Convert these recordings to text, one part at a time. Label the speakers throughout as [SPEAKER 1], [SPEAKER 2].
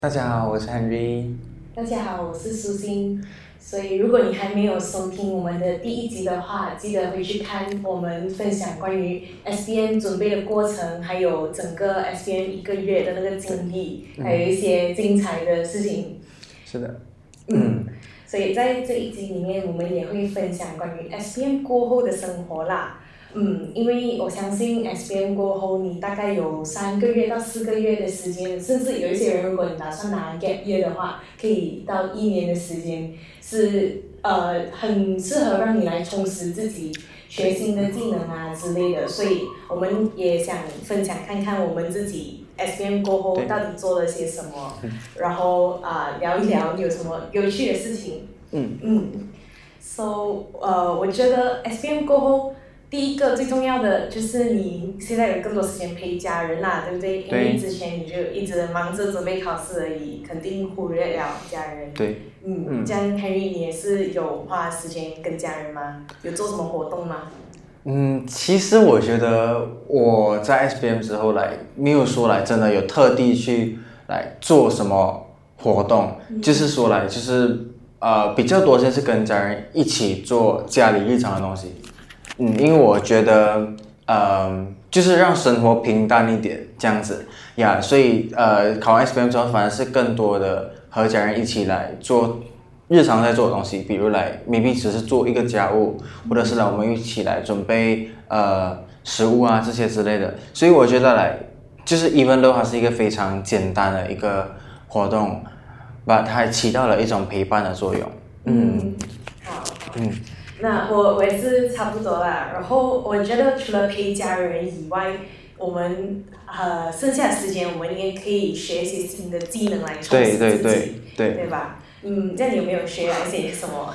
[SPEAKER 1] 大家好，我是 Henry。
[SPEAKER 2] 大家好，我是苏欣。所以，如果你还没有收听我们的第一集的话，记得回去看我们分享关于 SBM 准备的过程，还有整个 SBM 一个月的那个经历，还有一些精彩的事情。
[SPEAKER 1] 是的。
[SPEAKER 2] 所以在这一集里面，我们也会分享关于 SBM 过后的生活啦。因为我相信 SBM 过后，你大概有3个月到4个月的时间，甚至有一些人，如果你打算拿 gap year 的话，可以到1年的时间，是很适合让你来充实自己，学新的技能啊之类的。所以我们也想分享看看我们自己 SBM 过后到底做了些什么，然后聊一聊有什么有趣的事情。So 我觉得 SBM 过后。第一个最重要的就是你现在有更多时间陪家人啦，对不对？因为之前你就一直忙着准备考试而已，肯定忽略了家人。
[SPEAKER 1] 对。
[SPEAKER 2] 这样 Henry 你也是有花时间跟家人吗？有做什么活动吗？
[SPEAKER 1] 其实我觉得我在 SBM 之后没有说真的有特地去做什么活动，就是说比较多就是跟家人一起做家里日常的东西。因为我觉得，就是让生活平淡一点这样子呀，所以考完 SBM 之后，反而是更多的和家人一起来做日常在做的东西，比如maybe 只是做一个家务，或者是我们一起来准备食物啊这些之类的。所以我觉得就是 even though 它是一个非常简单的一个活动，它还起到了一种陪伴的作用。
[SPEAKER 2] 好。那我也是差不多啦，然后我觉得除了陪家人以外，我们剩下的时间我们也可以学一些新的技能来充实自己，对吧？这样你有没有学一些什么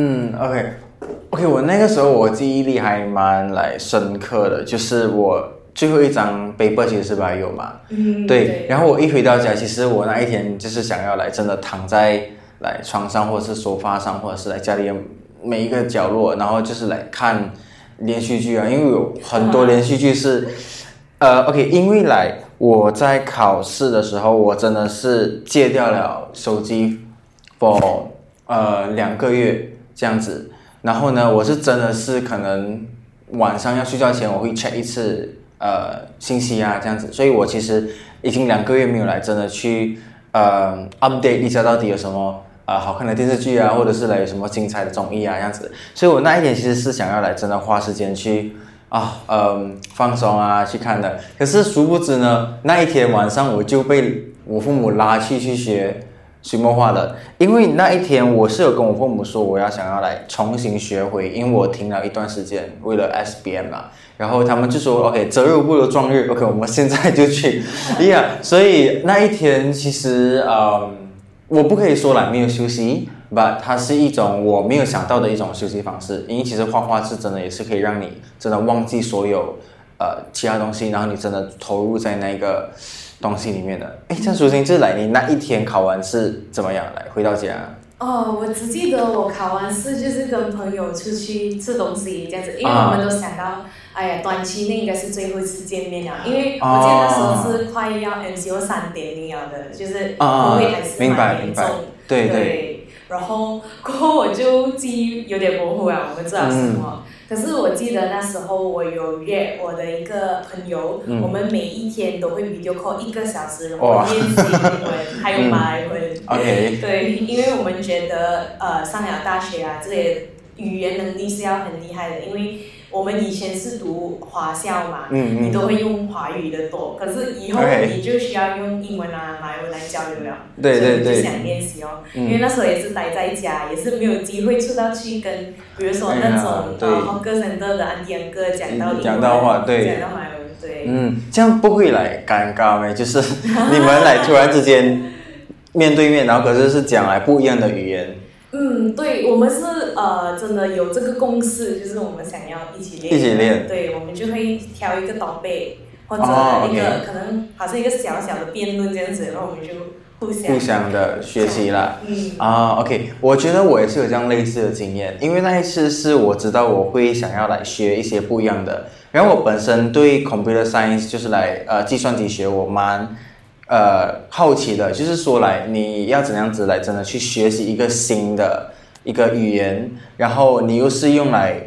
[SPEAKER 1] ？OK， 我那个时候我记忆力还蛮深刻的，就是我最后一张 paper 其实是白油嘛，对，然后我一回到家，其实我那一天就是想要真的躺在床上或者是沙发上，或者是家里每一个角落，然后就是看连续剧啊，因为有很多连续剧是，OK， 因为我在考试的时候，我真的是戒掉了手机 for 2个月这样子，然后呢，我是真的是可能晚上要睡觉前我会 check 一次信息啊这样子，所以我其实已经2个月没有真的去update 一下到底有什么好看的电视剧啊，或者是有什么精彩的综艺啊这样子，所以我那一天其实是想要真的花时间去放松啊去看的，可是殊不知呢，那一天晚上我就被我父母拉去学水墨画的，因为那一天我是有跟我父母说我想要重新学回，因为我停了一段时间为了 SBM 嘛，然后他们就说 OK， 择日不如撞日 ，OK， 我们现在就去所以那一天其实我不可以说没有休息 ，but 它是一种我没有想到的一种休息方式。因为其实画画是真的也是可以让你真的忘记所有其他东西，然后你真的投入在那个东西里面的。像苏欣，就是你那一天考完试怎么样？回到家。
[SPEAKER 2] 我只记得我考完试就是跟朋友出去吃东西这样子，因为我们都想到，短期内应该是最后一次见面了，因为我记得那时候是快要 MCO 3.0了的，就是COVID还是蛮严重，对。然后过后我就记忆有点模糊了，我们知道什么。可是我记得那时候我有约我的一个朋友，我们每一天都会 video call 1个小时，然后练习英文还有马来文。对，因为我们觉得上了大学啊，这些语言能力是要很厉害的，因为我们以前是读华校嘛，你都会用华语的多，可是以后你就需要用英文啊、马来文来交流了，所以就想练习因为那时候也是待在家，也是没有机会出到去跟，比如说那种hawker center 的auntie uncle讲到英文，
[SPEAKER 1] 讲到华文，对，这样不会尴尬吗？就是你们突然之间面对面，然后可是讲不一样的语言。
[SPEAKER 2] 对，我们是真的有这个共识，就是我们想要一起练。对，我们就会挑一个岛背，或者一个可能好像一个小小的辩论这样子，然后我们就互相
[SPEAKER 1] 的学习啦。OK， 我觉得我也是有这样类似的经验，因为那一次是我知道我会想要学一些不一样的，然后我本身对 computer science 就是计算机学我蛮好奇的，就是说来你要怎样子来真的去学习一个新的一个语言，然后你又是用来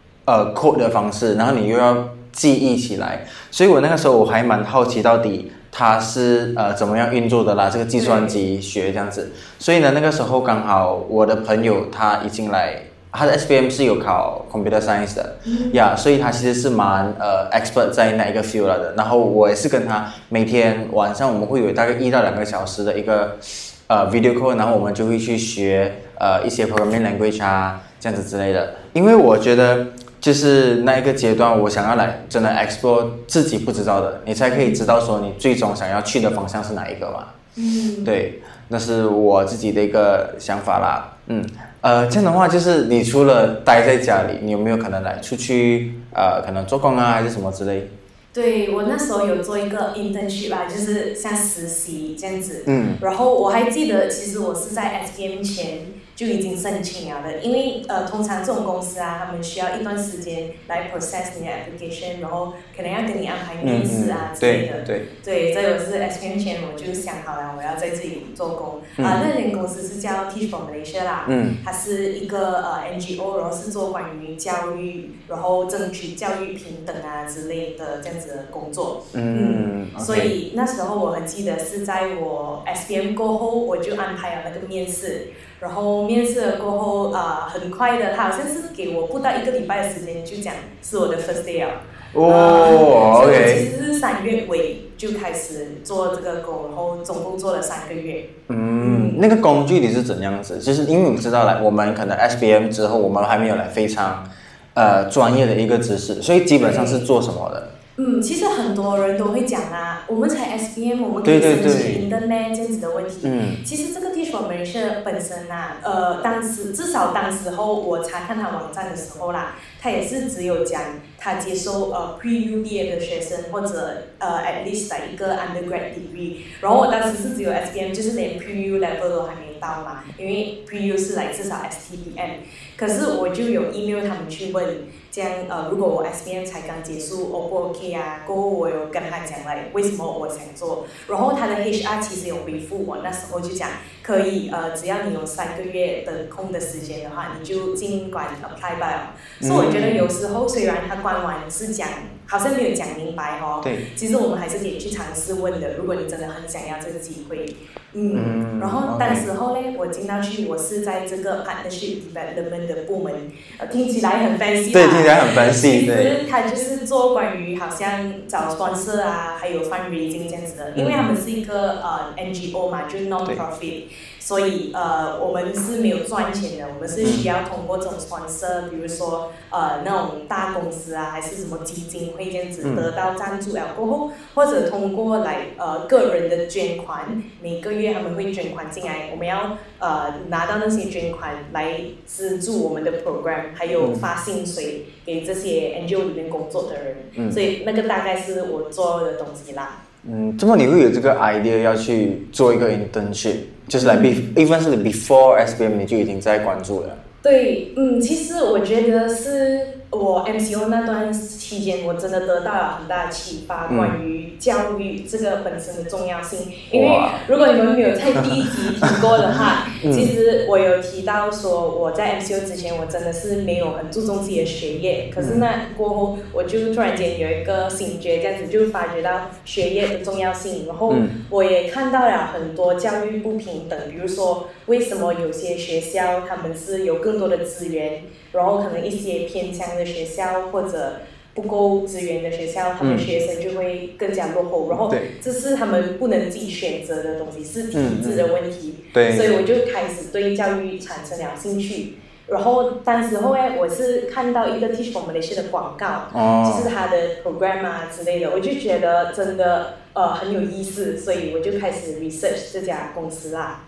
[SPEAKER 1] code 的方式，然后你又要记忆起来，所以我那个时候我还蛮好奇到底它是怎么样运作的啦，这个计算机学这样子。所以呢，那个时候刚好我的朋友他已经来，他的 SPM 是有考 Computer Science 的呀，所以他其实是蛮expert 在那一个 field 的。然后我也是跟他每天晚上我们会有大概1到2个小时的一个video call， 然后我们就会去学一些 programming language 啊这样子之类的。因为我觉得就是那一个阶段，我想要来真的 explore 自己不知道的，你才可以知道说你最终想要去的方向是哪一个嘛。对，那是我自己的一个想法啦。这样的话，就是你除了待在家里，你有没有可能来出去可能做工啊，还是什么之类？
[SPEAKER 2] 对，我那时候有做一个 internship 啊，就是像实习这样子。然后我还记得，其实我是在 SPM 前就已经申请了的，因为通常这种公司啊，他们需要一段时间来 process 你的 application， 然后可能要跟你安排面试啊之类的。对，所以我是 SPM 前我就想好了，我要在这里做工。那间公司是叫 Teach for Malaysia 啦，它是一个NGO， 然后是做关于教育，然后争取教育平等啊之类的这样子的工作。所以那时候我很记得是在我 SPM 过后，我就安排了那个面试。然后面试了过后，很快的，他好像是给我不到1个礼拜的时间，就讲是我的 first day 了。所以其实是3月尾就开始做这个工，然后总共做了3个月。
[SPEAKER 1] 那个工具体是怎样子？就是因为我们知道我们可能 SPM 之后，我们还没有非常专业的一个知识，所以基本上是做什么的？
[SPEAKER 2] 其实很多人都会讲啊，我们才 SPM， 我们可以申请 Internet 这样子的问题。其实这个 Teach for Malaysia 本身啊，至少当时候我查看他网站的时候啦，他也是只有讲他接收pre-U 毕业的学生，或者at least 一个 undergrad degree。然后我当时是只有 SPM， 就是连 pre-U level 都还没到嘛，因为 pre-U 是至少 STPM。可是我就有 email 他们去问，这样如果我 SPM 才刚结束 O 不 OK 啊？过后我有跟他讲为什么我想做，然后他的 HR 其实有回复我，那时候就讲可以只要你有3个月的空的时间的话，你就尽管 apply 吧。所以我觉得有时候虽然他官网是讲好像没有讲明白其实我们还是可以去尝试问的，如果你真的很想要这个机会。然后当时候呢，我进到去，我是在这个 partnership development 的部门，听起来很 fancy
[SPEAKER 1] 对，听起来很 fancy。
[SPEAKER 2] 其实他就是做关于好像找 sponsor 啊，还有 fundraising 这样子的，因为他们是一个NGO 嘛，就是 non-profit。所以我们是没有赚钱的，我们是需要通过这种 sponsor， 比如说那种大公司啊，还是什么基金会这样子得到赞助了过后，或者通过个人的捐款，每个月他们会捐款进来，我们要拿到那些捐款来资助我们的 program， 还有发薪水给这些 NGO 里面工作的人，所以那个大概是我做的东西啦。
[SPEAKER 1] 这么你会有这个 idea 要去做一个 internship， 就是even 是 before SPM 你就已经在关注了？
[SPEAKER 2] 对，其实我觉得是我 MCO 那段期间，我真的得到了很大的启发，关于教育这个本身的重要性。因为如果你们没有在第1集听过的话，其实我有提到说我在 MCO 之前，我真的是没有很注重自己的学业，可是那过后我就突然间有一个醒觉，这样子就发觉到学业的重要性，然后我也看到了很多教育不平等，比如说为什么有些学校他们是有更多的资源，然后可能一些偏乡的学校或者不够资源的学校，他们学生就会更加落后，然后这是他们不能自己选择的东西，是体制的问题。所以我就开始对教育产生了兴趣。然后当时候我是看到一个 Teach for Malaysia 的广告，就是他的 program 啊之类的，我就觉得真的很有意思，所以我就开始 research 这家公司啦。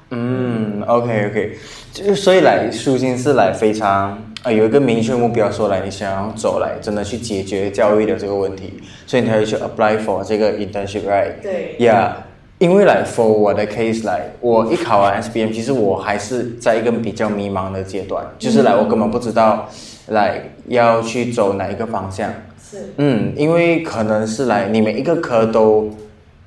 [SPEAKER 1] OK， 就是所以舒心是非常有一个明确目标，说你想要走真的去解决教育的这个问题，所以你才会去 apply for 这个 internship，right？
[SPEAKER 2] 对
[SPEAKER 1] ，Yeah。因为for我的 case 我一考完 SPM， 其实我还是在一个比较迷茫的阶段，就是我根本不知道要去走哪一个方向。
[SPEAKER 2] 是。
[SPEAKER 1] 因为可能是你每一个科都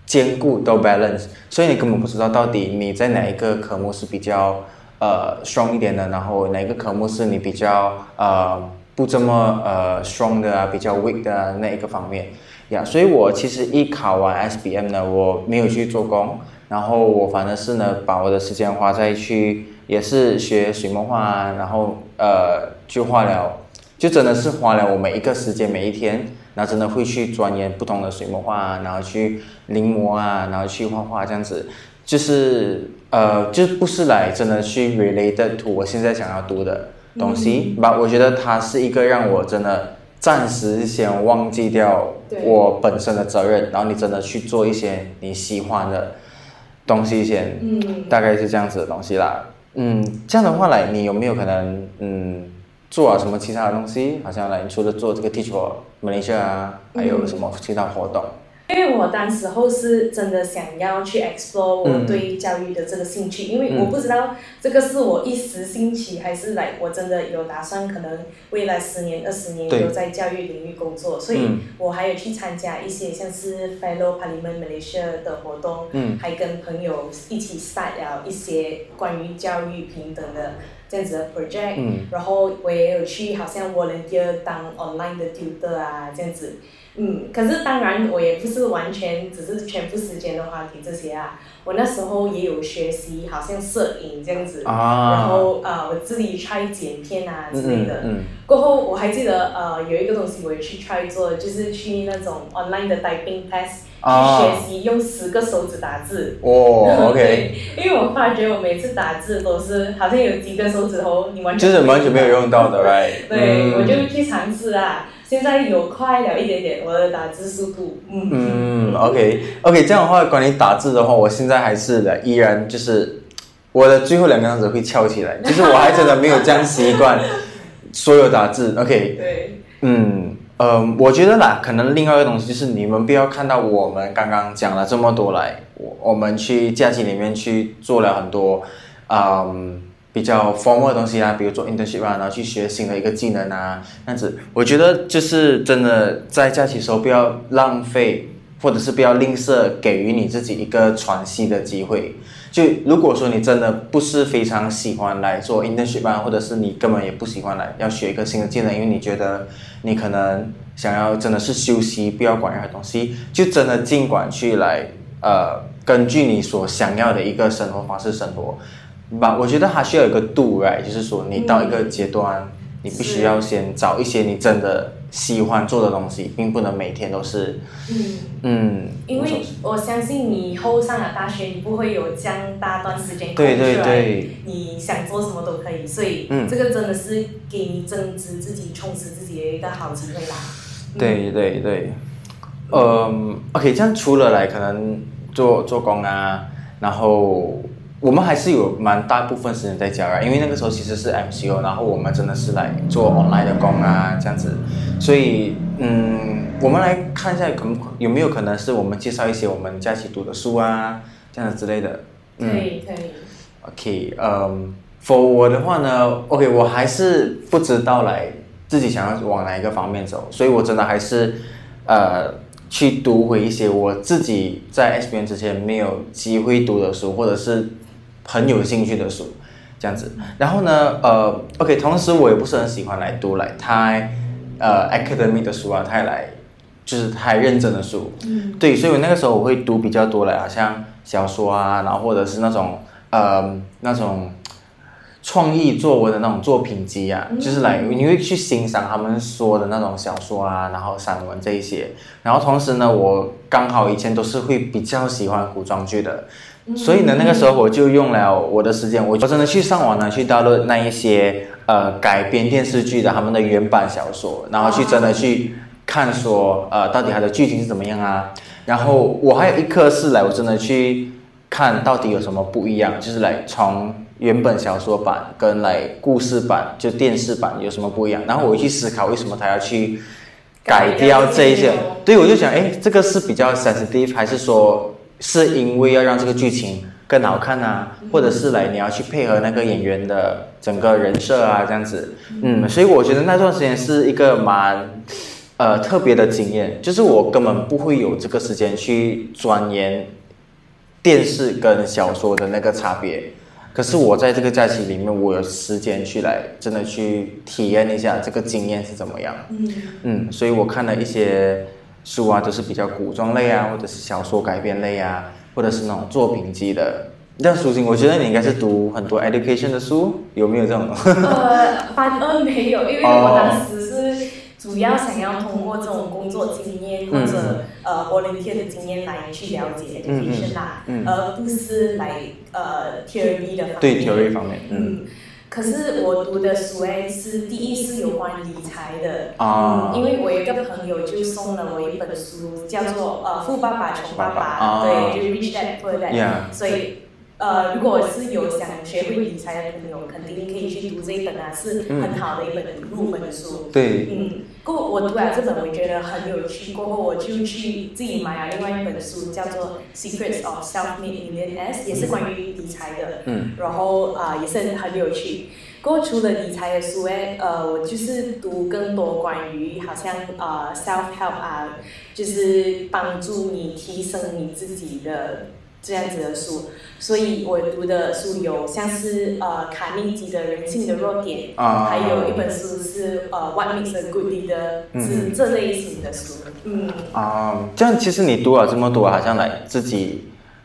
[SPEAKER 1] 兼顾都 balance， 所以你根本不知道到底你在哪一个科目是比较strong 一点的，然后哪一个科目是你比较不这么strong 的啊，比较 weak 的啊那一个方面呀。所以我其实一考完 SBM 呢，我没有去做工，然后我反而是呢把我的时间花在也是学水墨画啊，然后就花了，就真的是花了我每一个时间每一天。然后真的会去钻研不同的水墨画啊，然后去临摹啊，然后去画画这样子，就是就不是来真的去 related to 我现在想要读的东西吧。我觉得它是一个让我真的暂时先忘记掉我本身的责任，然后你真的去做一些你喜欢的东西先，大概是这样子的东西啦。这样的话来，你有没有可能做什么其他的东西？好像除了做这个 Teach for Malaysia 啊，还有什么其他活动？
[SPEAKER 2] 因为我当时候是真的想要去 explore 我对教育的这个兴趣，因为我不知道这个是我一时兴起，还是我真的有打算可能未来10年、20年都在教育领域工作，所以我还有去参加一些像是 Fellow Parliament Malaysia 的活动，还跟朋友一起 start 了一些关于教育平等的这样子的 project，然后我也有去好像 volunteer 当 online 的 tutor 啊这样子。可是当然我也不是完全只是全部时间的花给这些啊，我那时候也有学习好像摄影这样子，然后我自己 try 剪片啊之类的，过后我还记得有一个东西我也去 try 做，就是去那种 online 的 typing test，去学习用10个手指打字。
[SPEAKER 1] OK
[SPEAKER 2] 因为我发觉我每次打字都是好像有几个手指头你完
[SPEAKER 1] 全没有用到的 right？
[SPEAKER 2] 对，我就去尝试啊。现在有快了一点点我的打字速度。
[SPEAKER 1] OK， 这样的话，关于打字的话，我现在还是依然就是我的最后2个样子会翘起来，就是我还真的没有这样习惯所有打字。OK，
[SPEAKER 2] 对，
[SPEAKER 1] 我觉得啦，可能另外一个东西就是你们不要看到我们刚刚讲了这么多来，我们去假期里面去做了很多比较 formal 的东西啊，比如做 internship 啊，然后去学新的一个技能啊，这样子，我觉得就是真的在假期的时候不要浪费，或者是不要吝啬给予你自己一个喘息的机会。就如果说你真的不是非常喜欢来做 internship 啊，或者是你根本也不喜欢来要学一个新的技能，因为你觉得你可能想要真的是休息，不要管任何东西，就真的尽管去来根据你所想要的一个生活方式生活。我觉得还需要有一个度 right， 就是说你到一个阶段，你必须要先找一些你真的喜欢做的东西，并不能每天都是
[SPEAKER 2] 因为我相信你以后上了大学，你不会有这样大段时间空出来，
[SPEAKER 1] 对，
[SPEAKER 2] 你想做什么都可以，所以这个真的是给你增值自己、充实自己的一个好机会啦。
[SPEAKER 1] 对，OK， 这样除了可能做工啊，然后我们还是有蛮大部分时间在家啊，因为那个时候其实是 MCO， 然后我们真的是来做 online 的工啊，这样子，所以我们来看一下有没有可能是我们介绍一些我们假期读的书啊，这样子之类的。
[SPEAKER 2] 可以。
[SPEAKER 1] for 我的话呢 ，OK， 我还是不知道自己想要往哪一个方面走，所以我真的还是去读回一些我自己在 SBM 之前没有机会读的书，或者是很有兴趣的书，这样子。然后呢，OK， 同时我也不是很喜欢读太academic 的书啊，就是太认真的书。对，所以我那个时候我会读比较多好像小说啊，然后或者是那种创意作文的那种作品集啊，就是你会去欣赏他们说的那种小说啊，然后散文这一些。然后同时呢，我刚好以前都是会比较喜欢古装剧的，所以呢，那个时候我就用了我的时间，我真的去上网呢，去 download 那一些改编电视剧的他们的原版小说，然后去真的去看说到底它的剧情是怎么样啊。然后我还有一课是我真的去看到底有什么不一样，就是从原本小说版跟故事版就电视版有什么不一样，然后我去思考为什么他要去改掉这一些。对，我就想这个是比较 sensitive， 还是说是因为要让这个剧情更好看啊，或者是你要去配合那个演员的整个人设啊这样子。所以我觉得那段时间是一个蛮特别的经验，就是我根本不会有这个时间去钻研电视跟小说的那个差别。可是我在这个假期里面，我有时间去真的去体验一下这个经验是怎么样。所以我看了一些书啊，都是比较古装类啊，或者是小说改编类啊，或者是那种作品集的。像苏欣，我觉得你应该是读很多 education 的书，有没有这种？
[SPEAKER 2] 反而没有，因为我当时是主要想要通过这种工作经验或者volunteer 的经验来去了解 education 啦，而不是来theory 的方面。
[SPEAKER 1] 对 theory 方面，
[SPEAKER 2] 可是我读的书是第一是有关理财的，因为我有一个朋友就送了我一本书，叫做富爸爸穷爸爸，对，就是 Rich Dad Poor Dad，所以。如果是有想学会理财的朋友，肯定可以去读这一本啊，是很好的一本入门的书。
[SPEAKER 1] 对。
[SPEAKER 2] 过后我读了这本，我觉得很有趣。过后我就去自己买了另外一本书，叫做《Secrets of Self-Made Millionaires》，也是关于理财的。然后也是很有趣。过后除了理财的书我就是读更多关于好像self-help 啊，就是帮助你提升你自己的。这样子的书，所以我读的书有像是卡内基的人性的弱点，还有一本书是What Makes a Good Leader， 这类型的书。
[SPEAKER 1] 这样其实你读了这么多，好像自己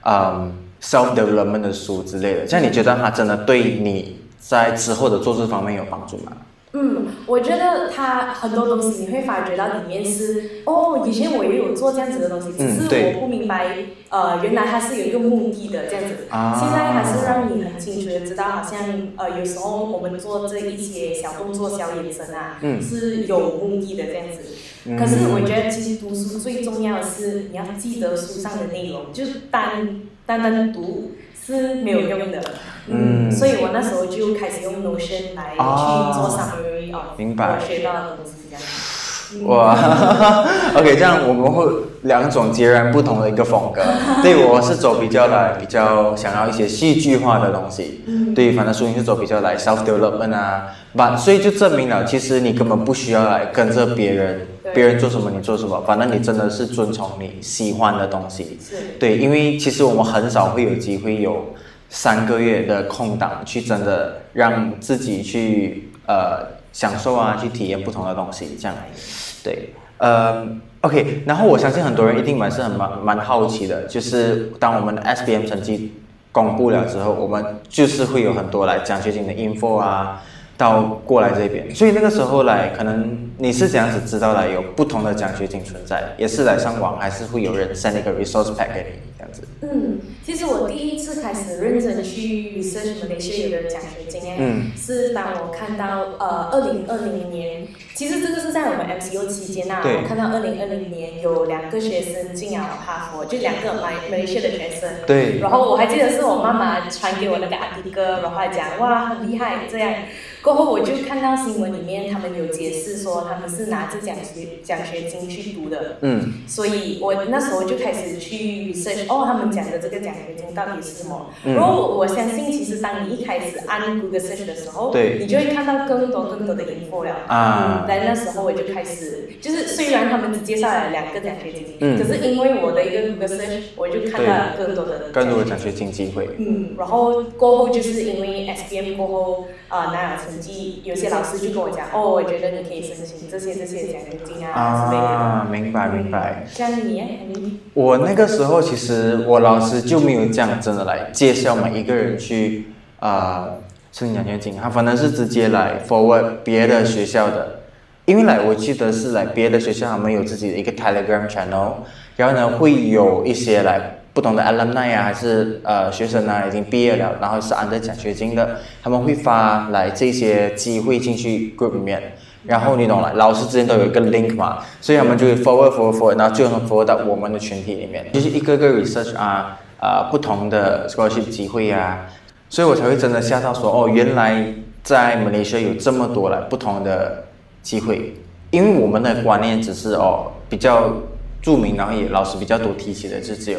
[SPEAKER 1] self development 的书之类的，这样你觉得它真的对你在之后的做事方面有帮助吗？
[SPEAKER 2] 我觉得它很多东西你会发觉到里面是以前我也有做这样子的东西，只是我不明白原来它是有一个目的的这样子。现在还是让你很清楚的知道，好像有时候我们做这一些小动作、小眼神啊，是有目的的这样子。可是我觉得其实读书最重要的是你要记得书上的内容，就是单单读是没有用的。所以我那时候就开始用 Notion 来去做 summary 我学到的东西这样。
[SPEAKER 1] 哇，OK， 这样我们会两种截然不同的一个风格。对，我是走比较想要一些戏剧化的东西。对，反正苏欣是走比较self development 啊，所以就证明了，其实你根本不需要跟着别人做什么你做什么，反正你真的是遵从你喜欢的东西。对，因为其实我们很少会有机会有3个月的空档去真的让自己去享受啊，去体验不同的东西，这样。对，OK， 然后我相信很多人一定蛮好奇的，就是当我们的 SPM 成绩公布了之后，我们就是会有很多奖学金的 info 啊，到过来这边，所以那个时候可能你是怎样子知道有不同的奖学金存在，也是上网还是会有人 send 一个 resource pack 给你这样子？
[SPEAKER 2] 其实我第一次开始认真去 research Malaysia 的奖学金是当我看到2020年，其实这个是在我们 MCO 期间我看到2020年有2个学生进了哈佛，就2个Malaysia 的学生。
[SPEAKER 1] 对。
[SPEAKER 2] 然后我还记得是我妈妈传给我那个article，然后还讲哇很厉害这样。过后我就看到新闻里面他们有解释说他们是拿着奖学金去读的。所以我那时候就开始去 research 他们讲的这个奖学金到底是什么。然后我相信其实当你一开始按 Google Search 的时候，你就会看到更多的 info 了。在那时候我就开始，就是虽然他们只介绍了2个奖学金，可是因为我的一个 Google Search， 我就看到了更多的
[SPEAKER 1] 奖学金机会。
[SPEAKER 2] 然后过后就是因为 SPM 过后拿了成绩，有些老师就跟我讲我觉得你可以申请这些奖学金啊之类的。
[SPEAKER 1] 明白。
[SPEAKER 2] 像你
[SPEAKER 1] 我那个时候其实我老师就没有这样真的介绍每一个人去申请奖学金，他反正是直接forward 别的学校的，因为我记得是别的学校他们有自己的一个 Telegram channel， 然后呢会有一些不同的 alumni 还是学生已经毕业了，然后是按着奖学金的，他们会发这些机会进去 group 里面，然后你懂了，老师之间都有一个 link 嘛，所以他们就会 forward， 然后最后能 forward 到我们的群体里面，就是一个个 research 不同的 scholarship 机会所以我才会真的吓到说原来在 Malaysia 有这么多不同的机会，因为我们的观念只是比较著名，然后也老师比较多提起的就只有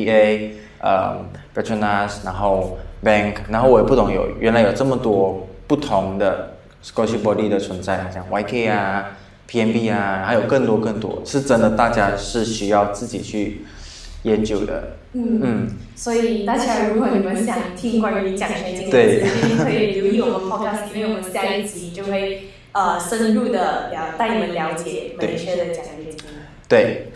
[SPEAKER 1] JPA、Petronas， 然后 Bank， 然后我也不懂原来有这么多不同的 scholarship body 的存在，像 YK PMB 啊，还有更多是真的，大家是需要自己去研究的。
[SPEAKER 2] 所以大家如果你们想听关于奖学金的资讯，可以留意我们 podcast， 因为我们下一集就会深入的带你们了解马来西亚的奖学金。
[SPEAKER 1] 对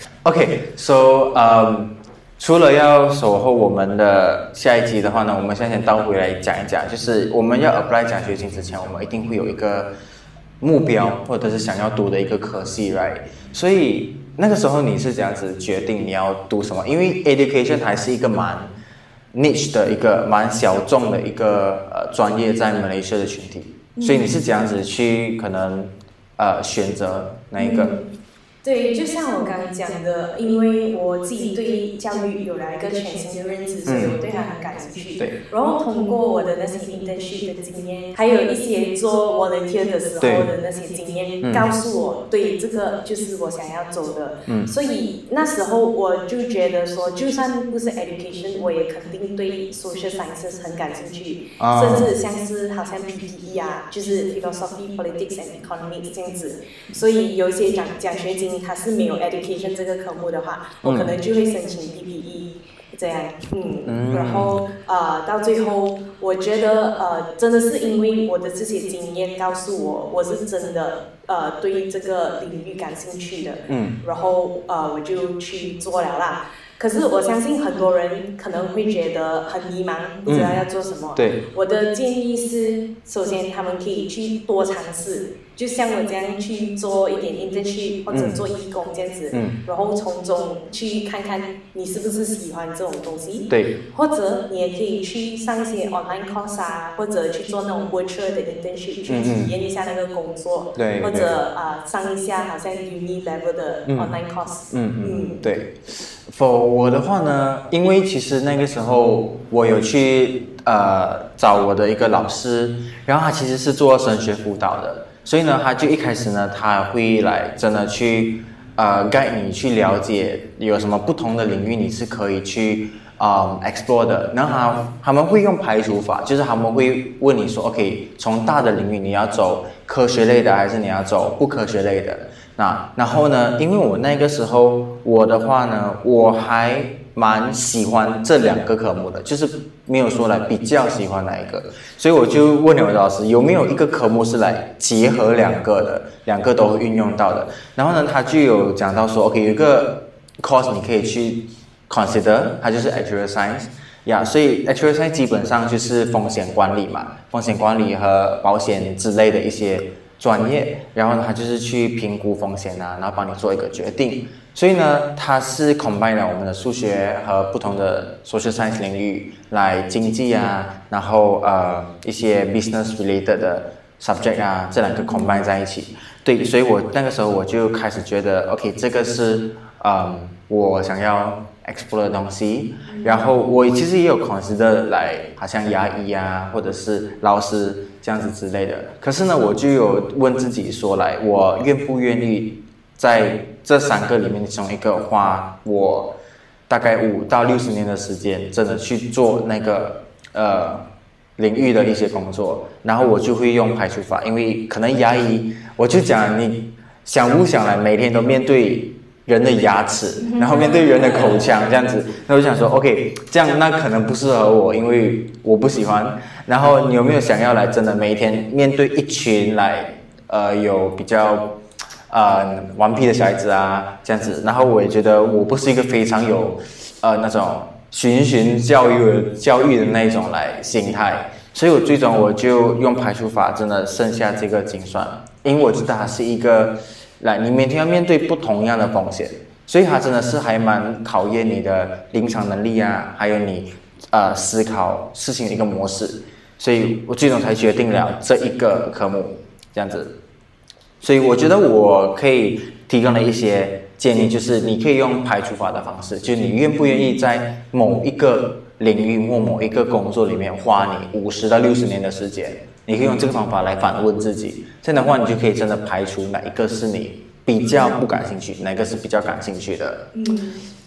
[SPEAKER 1] ，OK，so 除了要守候我们的下一集的话呢，我们现在先倒回来讲一讲，就是我们要 apply 奖学金之前，我们一定会有一个目标，或者是想要读的一个科系 ，right？ 所以那个时候你是怎样子决定你要读什么？因为 education 还是一个蛮 niche 的一个蛮小众的一个专业在马来西亚的群体，所以你是怎样子去可能选择哪一个？
[SPEAKER 2] 对，就像我刚刚讲的，因为我自己对教育有了一个全新的认知，所以我对它很感兴趣。
[SPEAKER 1] 对。
[SPEAKER 2] 然后通过我的那些 internship 的经验，还有一些做 volunteer 的时候的那些经验，告诉我，对，这个就是我想要走的。所以那时候我就觉得说，就算不是 education， 我也肯定对 social sciences 很感兴趣，甚至像是好像 PPE 啊，就是 philosophy, politics and economics 这样子。所以有一些奖学金它是没有 education 这个科目的话，我可能就会申请 PPE 这样，然后到最后我觉得真的是因为我的这些经验告诉我，我是真的对这个领域感兴趣的，然后我就去做了啦。可是我相信很多人可能会觉得很迷茫，不知道要做什么。
[SPEAKER 1] 对，
[SPEAKER 2] 我的建议是，首先他们可以去多尝试，就像我这样去做一点 internship 或者做义工这样子，然后从中去看看你是不是喜欢这种东西。
[SPEAKER 1] 对，
[SPEAKER 2] 或者你也可以去上一些 online course 啊，或者去做那种 virtual 的 internship，去体验一下那个工作，
[SPEAKER 1] 对，
[SPEAKER 2] 或者上一下好像 uni level 的 online course。
[SPEAKER 1] 对。For 我的话呢，因为其实那个时候我有去找我的一个老师，然后他其实是做升学辅导的，所以呢，他就一开始呢，他会来真的去guide你去了解有什么不同的领域你是可以去explore 的。然后他们会用排除法，就是他们会问你说 ，OK， 从大的领域你要走科学类的，还是你要走不科学类的？然后呢，因为我那个时候我的话呢，我还蛮喜欢这两个科目的，就是没有说来比较喜欢哪一个，所以我就问了我的老师有没有一个科目是来结合两个的，两个都会运用到的。然后呢，他就有讲到说 ，OK， 有一个 course 你可以去 consider， 它就是 actuarial science。所以 actuarial science 基本上就是风险管理嘛，风险管理和保险之类的一些专业，然后呢，他就是去评估风险啊，然后帮你做一个决定。所以呢，它是 combine 了我们的数学和不同的 social science 领域来经济啊，然后一些 business related 的 subject 啊，这两个 combine 在一起。对，所以我那个时候我就开始觉得 ，OK， 这个是我想要 explore 的东西。然后我其实也有 consider 来，好像牙医啊，或者是老师这样子之类的。可是呢，我就有问自己说来，我愿不愿意在这三个里面其中一个花我大概5到60年的时间，真的去做那个领域的一些工作，然后我就会用排除法，因为可能牙医，我就讲你想不想来每天都面对人的牙齿，然后面对人的口腔这样子，那我就想说 OK， 这样那可能不适合我，因为我不喜欢。然后你有没有想要来真的每一天面对一群来有比较顽皮的小孩子啊这样子？然后我也觉得我不是一个非常有那种循教育的那一种来心态，所以我最终我就用排除法，真的剩下这个精算，因为我知道它是一个你每天要面对不同样的风险，所以它真的是还蛮考验你的临场能力啊，还有你思考事情的一个模式，所以我最终才决定了这一个科目这样子。所以我觉得我可以提供的一些建议就是，你可以用排除法的方式，就是你愿不愿意在某一个领域或某一个工作里面花你50到60年的时间，你可以用这个方法来反问自己。这样的话，你就可以真的排除哪一个是你比较不感兴趣，哪一个是比较感兴趣的。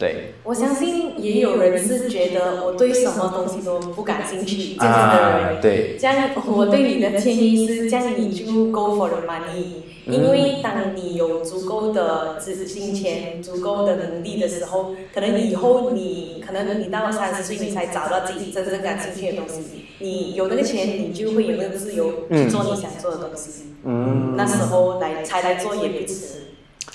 [SPEAKER 1] 对，
[SPEAKER 2] 我相信也有人是觉得我对什么东西都不感兴趣，这样的人。
[SPEAKER 1] 对。
[SPEAKER 2] 这样我对你的建议是，这样你就 go for the money，因为当你有足够的金钱、足够的能力的时候，可能以后可能你到30岁你才找到自己真正感兴趣的东西，你有那个钱，你就会有那个自由去做你想做的东西。那时候才来做也不迟。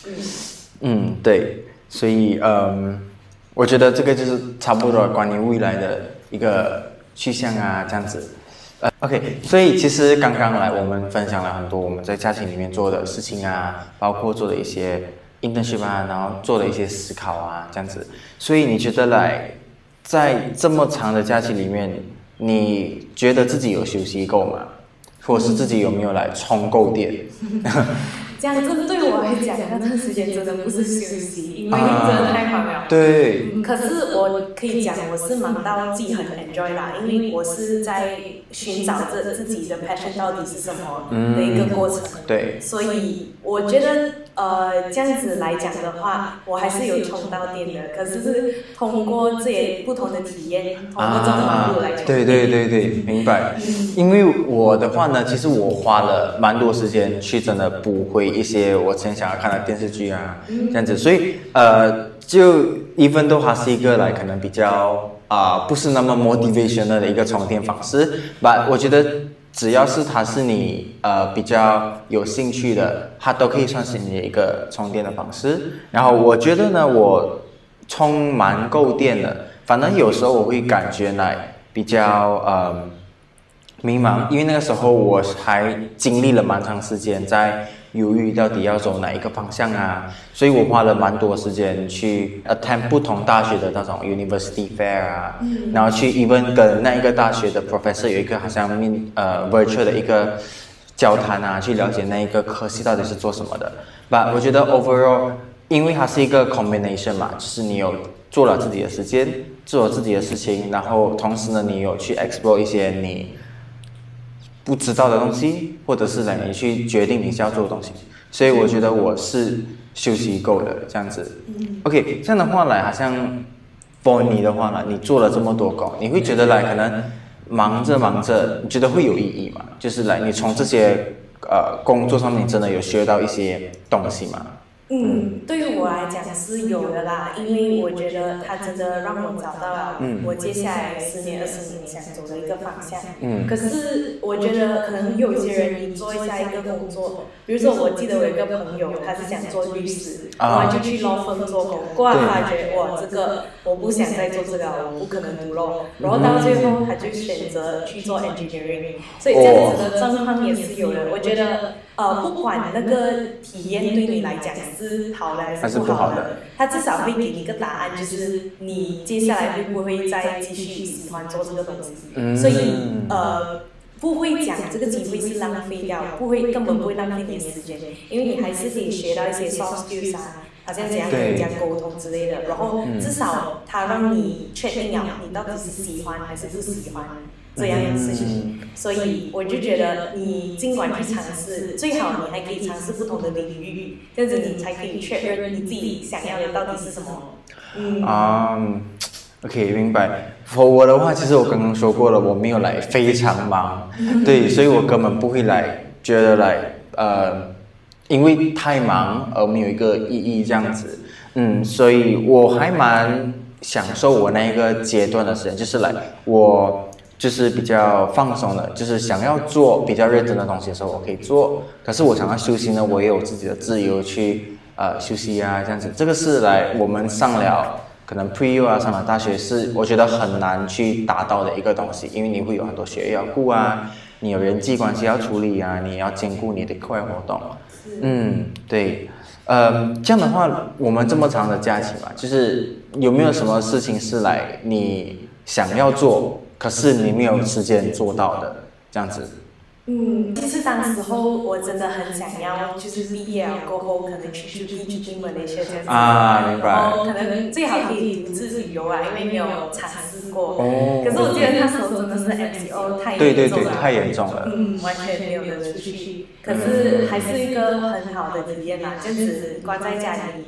[SPEAKER 1] 对，所以我觉得这个就是差不多关于未来的一个去向啊，这样子。OK， 所以其实刚刚我们分享了很多我们在假期里面做的事情啊，包括做的一些 internship 啊，然后做的一些思考啊，这样子。所以你觉得在这么长的假期里面，你觉得自己有休息够吗？或者是自己有没有充够电？
[SPEAKER 2] 这样子对我来讲，那段时间真的不是休息，因为真的太忙了。
[SPEAKER 1] 对。
[SPEAKER 2] 可是我可以讲，我是忙到自己很 enjoy 啦，因为我是在寻找着自己的 passion 到底是什么的一个过程。
[SPEAKER 1] 对。
[SPEAKER 2] 所以我觉得这样子来讲的话，我还是有充到电的。可是通过这些不同的体验，通过这种忙碌来充电。
[SPEAKER 1] 对，明白。因为我的话呢，其实我花了蛮多时间去真的补回一些我之前想要看的电视剧啊，这样子。所以就 even though 它是一个可能比较不是那么 motivational 的一个充电方式 ，but 我觉得只要是它是你比较有兴趣的，它都可以算是你的一个充电的方式。然后我觉得呢，我充蛮够电的，反正有时候我会感觉比较迷茫，因为那个时候我还经历了蛮长时间在犹豫到底要走哪一个方向啊，所以我花了蛮多时间去 attend 不同大学的那种 university fair 啊，然后去 even 跟那一个大学的 professor 有一个好像virtual 的一个交谈啊，去了解那一个科系到底是做什么的。But 我觉得 overall， 因为它是一个 combination 嘛，就是你有做了自己的时间，做了自己的事情，然后同时呢，你有去 explore 一些你不知道的东西，或者是你去决定你是要做的东西，所以我觉得我是休息够的这样子。OK， 这样的话好像 for 你的话你做了这么多工，你会觉得可能忙着，你觉得会有意义吗？就是你从这些工作上面真的有学到一些东西吗？
[SPEAKER 2] 对于我来讲是有的啦，因为我觉得它真的让我找到了我接下来10年、20年想走的一个方向。可是我觉得可能有些人你做一下一个工作，比如说我记得我有一个朋友，他是想做律师，然后就去 law firm 做工，过后他觉得哇，这个我不想再做这个，我不可能读 law， 然后到最后他就选择去做 engineering， 所以这样子的状况也是有的。我觉得不管那个体验对你来讲是好的还是不好的，他至少会给你一个答案，就是你接下来会不会再继续喜欢做这个东西。所以不会讲这个机会是浪费掉，根本不会浪费你的时间，因为你还是可以学到一些 soft skills 啊，好像怎样跟人家沟通之类的，然后至少它让你确定了你到底是喜欢还是不喜欢这样的事情。所以我就觉得你尽管去尝试，最好你还可以尝试不同的领域，这样子你才可以确认你自己想要的到底是什么。
[SPEAKER 1] OK， 明白。我的话，其实我刚刚说过了，我没有非常忙，对，所以我根本不会觉得因为太忙而没有一个意义这样子。所以我还蛮享受我那一个阶段的时间，就是我就是比较放松的，就是想要做比较认真的东西的时候我可以做，可是我想要休息呢，我也有自己的自由去休息啊这样子。这个是我们上了可能 pre-U 啊，上了大学是我觉得很难去达到的一个东西，因为你会有很多学业要顾啊，你有人际关系要处理啊，你要兼顾你的课外活动。对，这样的话，我们这么长的假期嘛，就是有没有什么事情是你想要做，可是你没有时间做到的这样子？
[SPEAKER 2] 就是当时候我真的很想要，就是毕业了过后可能去马来西亚这样子，
[SPEAKER 1] 明白。
[SPEAKER 2] 然后可能最好可以独自旅游啊，因为没有尝试过。可是我记得那时候真的是 MCO 太严重了，
[SPEAKER 1] 太严重了。
[SPEAKER 2] 完全没有得出去。可是还是一个很好的体验啦，这样子关在家里，你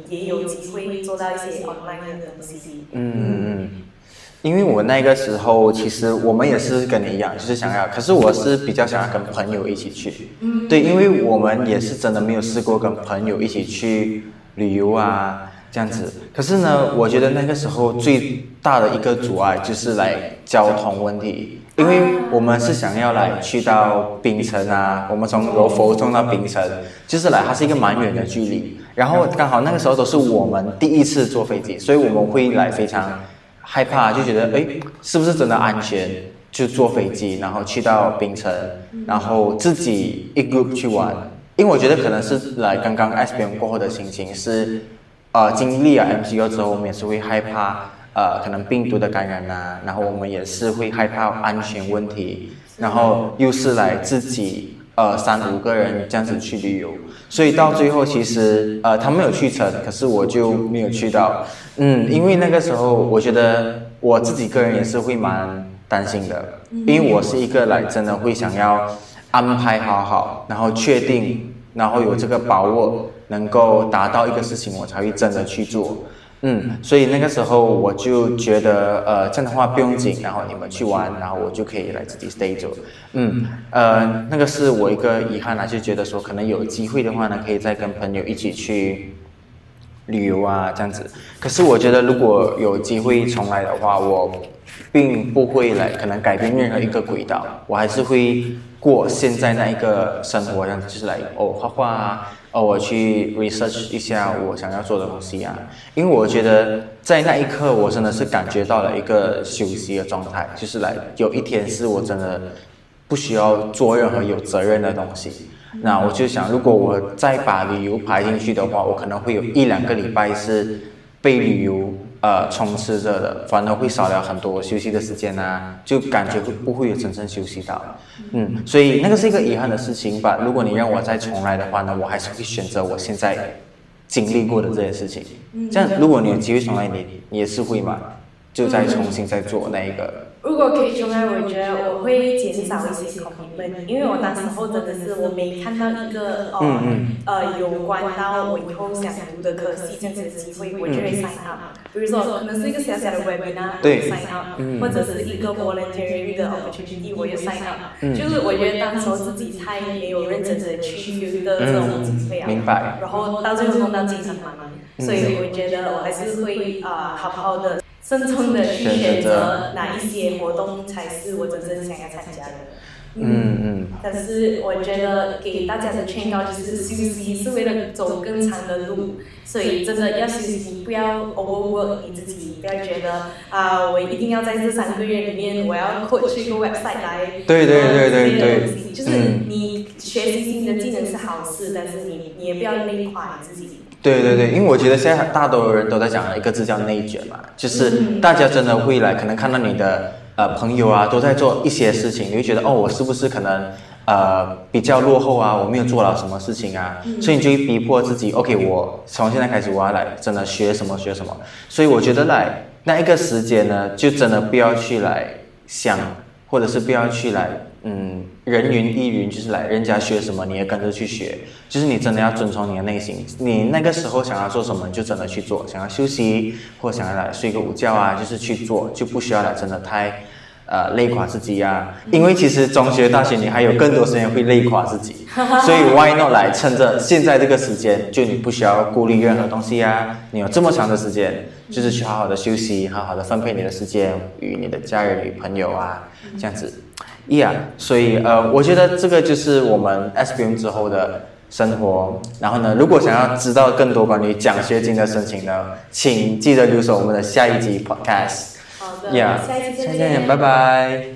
[SPEAKER 2] 也有机会做到一些 online 的东西。
[SPEAKER 1] 因为我那个时候其实我们也是跟你一样，就是想要，可是我是比较想要跟朋友一起去，对，因为我们也是真的没有试过跟朋友一起去旅游啊这样子。可是呢，我觉得那个时候最大的一个阻碍就是来交通问题，因为我们是想要来去到槟城啊，我们从柔佛送到槟城，就是它是一个蛮远的距离，然后刚好那个时候都是我们第一次坐飞机，所以我们会非常害怕，就觉得是不是真的安全？就坐飞机，然后去到槟城，然后自己一 group 去玩。因为我觉得可能是刚刚 SBM 过后的心情是，经历了 MCO 之后，我们也是会害怕可能病毒的感染啊，然后我们也是会害怕安全问题，然后又是自己3-5个人这样子去旅游，所以到最后其实他们有去成，可是我就没有去到。因为那个时候我觉得我自己个人也是会蛮担心的，因为我是一个真的会想要安排好，然后确定，然后有这个把握能够达到一个事情，我才会真的去做。所以那个时候我就觉得这样的话不用紧，然后你们去玩，然后我就可以自己 stay 着。那个是我一个遗憾就觉得说可能有机会的话呢，可以再跟朋友一起去旅游啊这样子。可是我觉得如果有机会重来的话，我并不会可能改变任何一个轨道，我还是会过现在那一个生活，这样子就是画画啊，我去 research 一下我想要做的东西啊。因为我觉得在那一刻我真的是感觉到了一个休息的状态，就是有一天是我真的不需要做任何有责任的东西。那我就想，如果我再把旅游排进去的话，我可能会有1-2个礼拜是被旅游充斥着的，反而会少了很多休息的时间啊，就感觉不会有真正休息到。所以那个是一个遗憾的事情吧。如果你让我再重来的话呢，我还是会选择我现在经历过的这些事情。这样，如果你有机会重来，你也是会嘛？就再重新再做那一个。
[SPEAKER 2] 如果可以重来，我觉得我会减少一些 commitment， 因为我那时候真的是我没看到一个有关到我以后想读的科系这样子的机会，我就会 sign up。比如说可能是一个小小的 webinar， 我 sign up，或者是一个 voluntary 的 opportunity， 我也 sign up。就是我觉得当时候自己太没有认真的去的这种机会啊，
[SPEAKER 1] 明白。
[SPEAKER 2] 然后到最后弄到精神茫茫，所以我觉得我还是会好好的。慎重的去选择哪一些活动才是我真正想要参加的。但是我觉得给大家的劝告就是休息是为了走更长的路，所以真的要休息，不要 overwork 你自己，不要觉得我一定要在这3个月里面我要 code 一个 website 来。
[SPEAKER 1] 对，
[SPEAKER 2] 就是你学习新的技能是好事，但是你也不要累垮你自己。
[SPEAKER 1] 对，因为我觉得现在大多人都在讲一个字叫内卷嘛，就是大家真的会可能看到你的朋友啊都在做一些事情，你会觉得我是不是可能比较落后啊，我没有做了什么事情啊，所以你就会逼迫自己 OK， 我从现在开始我要真的学什么。所以我觉得那一个时间呢，就真的不要去想，或者是不要去人云亦云，就是人家学什么你也跟着去学，就是你真的要遵从你的内心，你那个时候想要做什么你就真的去做，想要休息或想要睡个午觉啊，就是去做，就不需要真的太累垮自己啊。因为其实中学大学你还有更多时间会累垮自己，所以 why not 趁着现在这个时间，就你不需要顾虑任何东西啊，你有这么长的时间，就是去好好的休息，好好的分配你的时间与你的家人与朋友啊，这样子。所以我觉得这个就是我们 SBM 之后的生活。然后呢，如果想要知道更多关于奖学金的申请呢，请记得留守我们的下一集 podcast。
[SPEAKER 2] 好的，下一次再见，
[SPEAKER 1] 拜拜。